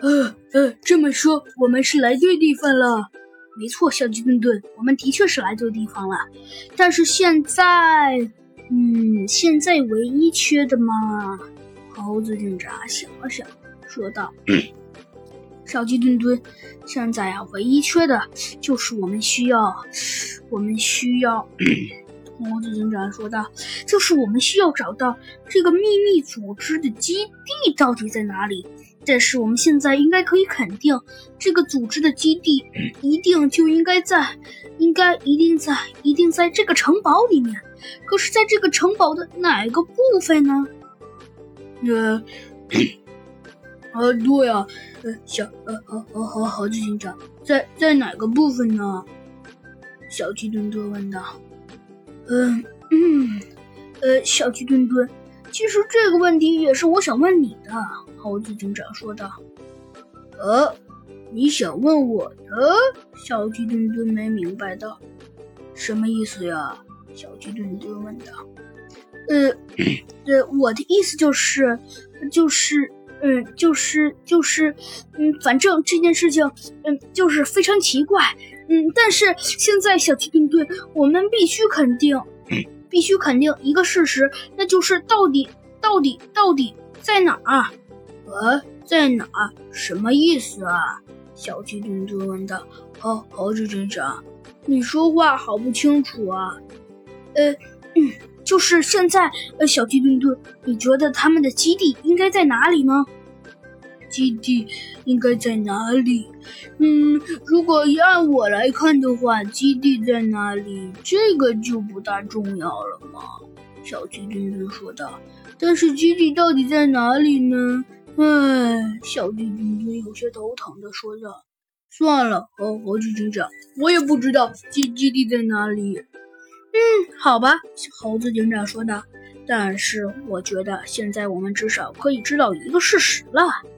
这么说我们是来对地方了。没错，小鸡墩墩，我们的确是来对地方了。但是现在唯一缺的嘛，猴子警察想了想，说道：“小鸡墩墩，现在啊，唯一缺的就是我们需要。”猴子警长说道：“就是我们需要找到这个秘密组织的基地到底在哪里。但是我们现在应该可以肯定，这个组织的基地一定在这个城堡里面。可是，在这个城堡的哪个部分呢？”对啊，猴子警长，在哪个部分呢？小鸡墩墩问道。小鸡墩墩，其实这个问题也是我想问你的。猴子警长说道。你想问我的？小鸡墩墩没明白道。什么意思呀？小鸡墩墩问道。我的意思反正这件事情，就是非常奇怪。但是现在小鸡墩墩，我们必须肯定一个事实，那就是到底在哪儿？在哪儿？什么意思啊？小鸡墩墩问道。猴子警长，你说话好不清楚啊。就是现在，小鸡墩墩，你觉得他们的基地应该在哪里呢？基地应该在哪里？如果按我来看的话，基地在哪里，这个就不大重要了嘛。小鸡墩墩说道。但是基地到底在哪里呢？小鸡墩墩有些头疼地说道。算了，猴子警长，我也不知道基地在哪里。好吧，猴子警长说道。但是我觉得现在我们至少可以知道一个事实了。